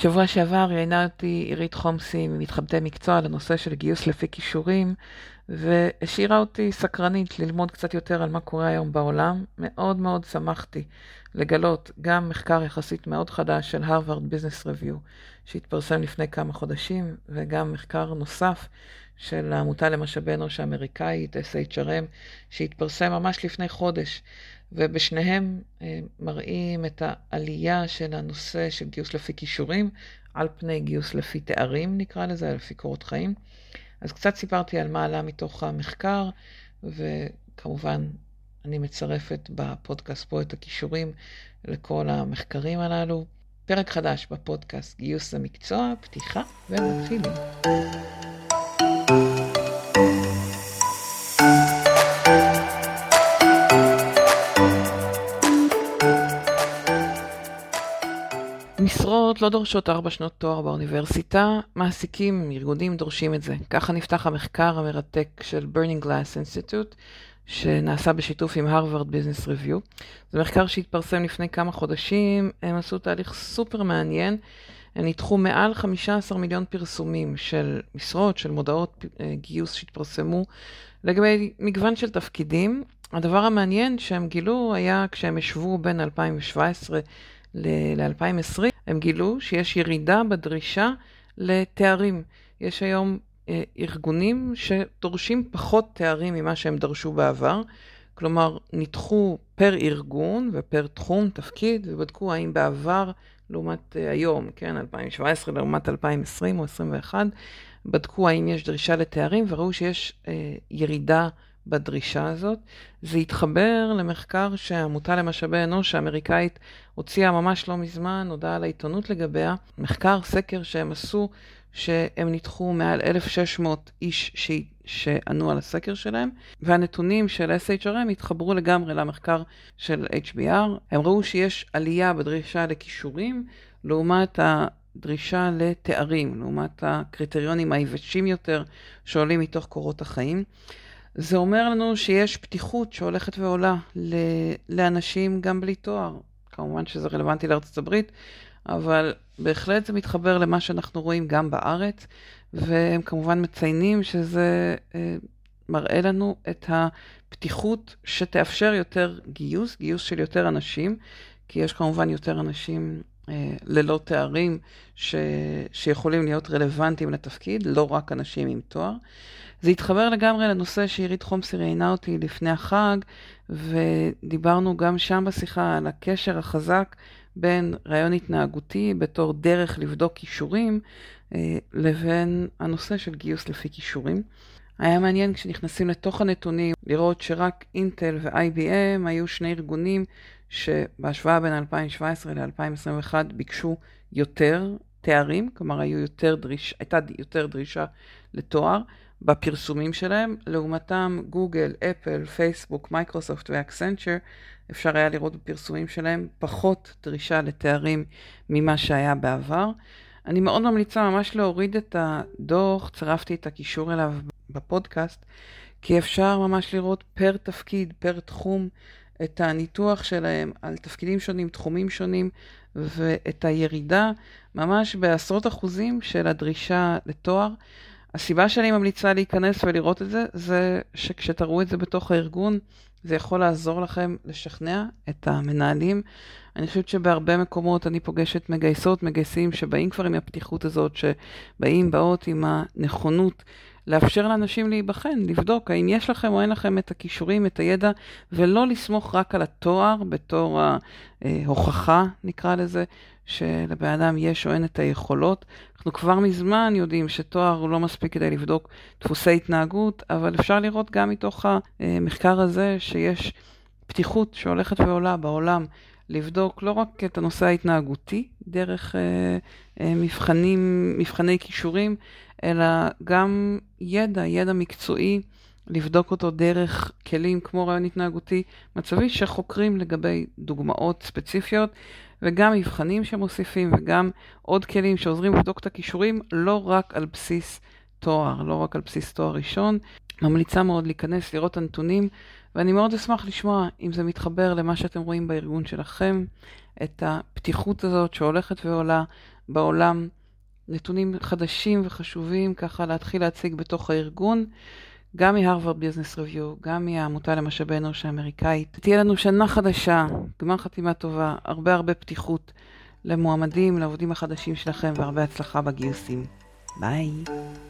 שבוע שעבר ראיינה אותי עירית חומסי ממתחבטי מקצוע לנושא של גיוס לפי כישורים, והשאירה אותי סקרנית ללמוד קצת יותר על מה קורה היום בעולם. מאוד מאוד שמחתי לגלות גם מחקר יחסית מאוד חדש של הרווארד ביזנס ריוויו, שהתפרסם לפני כמה חודשים, וגם מחקר נוסף של העמותה למשאבי אנוש האמריקאית, SHRM, שהתפרסם ממש לפני חודש. ובשניהם מראים את העלייה של הנושא של גיוס לפי כישורים על פני גיוס לפי תארים, נקרא לזה, לפי קורות חיים. אז קצת סיפרתי על מה עלה מתוך המחקר, וכמובן אני מצרפת בפודקאסט פה את הכישורים לכל המחקרים הללו. פרק חדש בפודקאסט גיוס המקצוע, פתיחה ומתחילים. משרות לא דורשות 4 שנות תואר באוניברסיטה, מעסיקים, ארגונים דורשים את זה. ככה נפתח המחקר המרתק של Burning Glass Institute, שנעשה בשיתוף עם הרווארד ביזנס ריוויו. זה מחקר שהתפרסם לפני כמה חודשים, הם עשו תהליך סופר מעניין, הם ניתחו מעל 15 מיליון פרסומים של משרות, של מודעות גיוס שהתפרסמו, לגבי מגוון של תפקידים. הדבר המעניין שהם גילו היה כשהם השוו בין 2017 ל-2020, הם גילו שיש ירידה בדרישה לתארים. יש היום ארגונים שדורשים פחות תארים ממה שהם דרשו בעבר, כלומר ניתחו פר ארגון ופר תחום תפקיד, ובדקו האם בעבר לעומת היום, כן, 2017 לעומת 2020 או 2021, בדקו האם יש דרישה לתארים וראו שיש ירידה בדרישה הזאת. זה התחבר למחקר שהעמותה למשאבי אנוש האמריקאית הוציאה ממש לא מזמן, הודעה לעיתונות לגביה, מחקר סקר שהם עשו, שהם ניתחו מעל 1,600 איש שענו על הסקר שלהם, והנתונים של SHRM התחברו לגמרי למחקר של HBR. הם ראו שיש עלייה בדרישה לכישורים, לעומת הדרישה לתארים, לעומת הקריטריונים היבשים יותר שעולים מתוך קורות החיים. זה אומר לנו שיש פתיחות שהולכת ועולה לאנשים גם בלי תואר. כמובן שזה רלוונטי לארצות הברית, אבל בהחלט זה מתחבר למה שאנחנו רואים גם בארץ, והם כמובן מציינים שזה מראה לנו את הפתיחות שתאפשר יותר גיוס של יותר אנשים, כי יש כמובן יותר אנשים ללא תארים שיכולים להיות רלוונטיים לתפקיד, לא רק אנשים עם תואר. זה התחבר לגמרי לנושא שעירית חומסי ראיינה אותי לפני החג, ודיברנו גם שם בשיחה על הקשר החזק בין רעיון התנהגותי בתור דרך לבדוק כישורים, לבין הנושא של גיוס לפי כישורים. היה מעניין כשנכנסים לתוך הנתונים לראות שרק אינטל ו-IBM היו שני ארגונים שבהשוואה בין 2017 ל-2021 ביקשו יותר תארים, כלומר הייתה יותר דרישה לתואר בפרסומים שלהם. לעומתם גוגל, אפל, פייסבוק, מייקרוסופט ואקסנצ'ר, אפשר היה לראות בפרסומים שלהם פחות דרישה לתארים ממה שהיה בעבר. אני מאוד ממליצה ממש להוריד את הדוח, צירפתי את הקישור אליו בפודקאסט, כי אפשר ממש לראות פר תפקיד, פר תחום, את הניתוח שלהם על תפקידים שונים, תחומים שונים, ואת הירידה ממש בעשרות אחוזים של הדרישה לתואר. הסיבה שאני ממליצה להיכנס ולראות את זה, זה שכשתראו את זה בתוך הארגון, זה יכול לעזור לכם לשכנע את המנהלים. אני חושבת שבהרבה מקומות אני פוגשת מגייסים שבאים כבר עם הפתיחות הזאת, באות עם הנכונות לאפשר לאנשים להיבחן, לבדוק האם יש לכם או אין לכם את הכישורים, את הידע, ולא לסמוך רק על התואר בתור ההוכחה, נקרא לזה, שלבן אדם יש או אין את היכולות. אנחנו כבר מזמן יודעים שתואר הוא לא מספיק כדי לבדוק דפוסי התנהגות, אבל אפשר לראות גם מתוך המחקר הזה שיש פתיחות שהולכת ועולה בעולם לבדוק לא רק את הנושא ההתנהגותי דרך מבחני כישורים, אלא גם ידע מקצועי, לבדוק אותו דרך כלים כמו רעיון התנהגותי מצבי שחוקרים לגבי דוגמאות ספציפיות, וגם מבחנים שמוסיפים, וגם עוד כלים שעוזרים לבדוק את הכישורים, לא רק על בסיס תואר, לא רק על בסיס תואר ראשון. ממליצה מאוד להיכנס, לראות את הנתונים, ואני מאוד אשמח לשמוע אם זה מתחבר למה שאתם רואים בארגון שלכם, את הפתיחות הזאת שהולכת ועולה בעולם, נתונים חדשים וחשובים, ככה להתחיל להציג בתוך הארגון, גם מהרווארד ביזנס ריוויו, גם מהעמותה למשאבי אנוש האמריקאית. תהיה לנו שנה חדשה, גמר חתימה טובה, הרבה פתיחות למועמדים, לעובדים החדשים שלכם, והרבה הצלחה בגיוסים. ביי.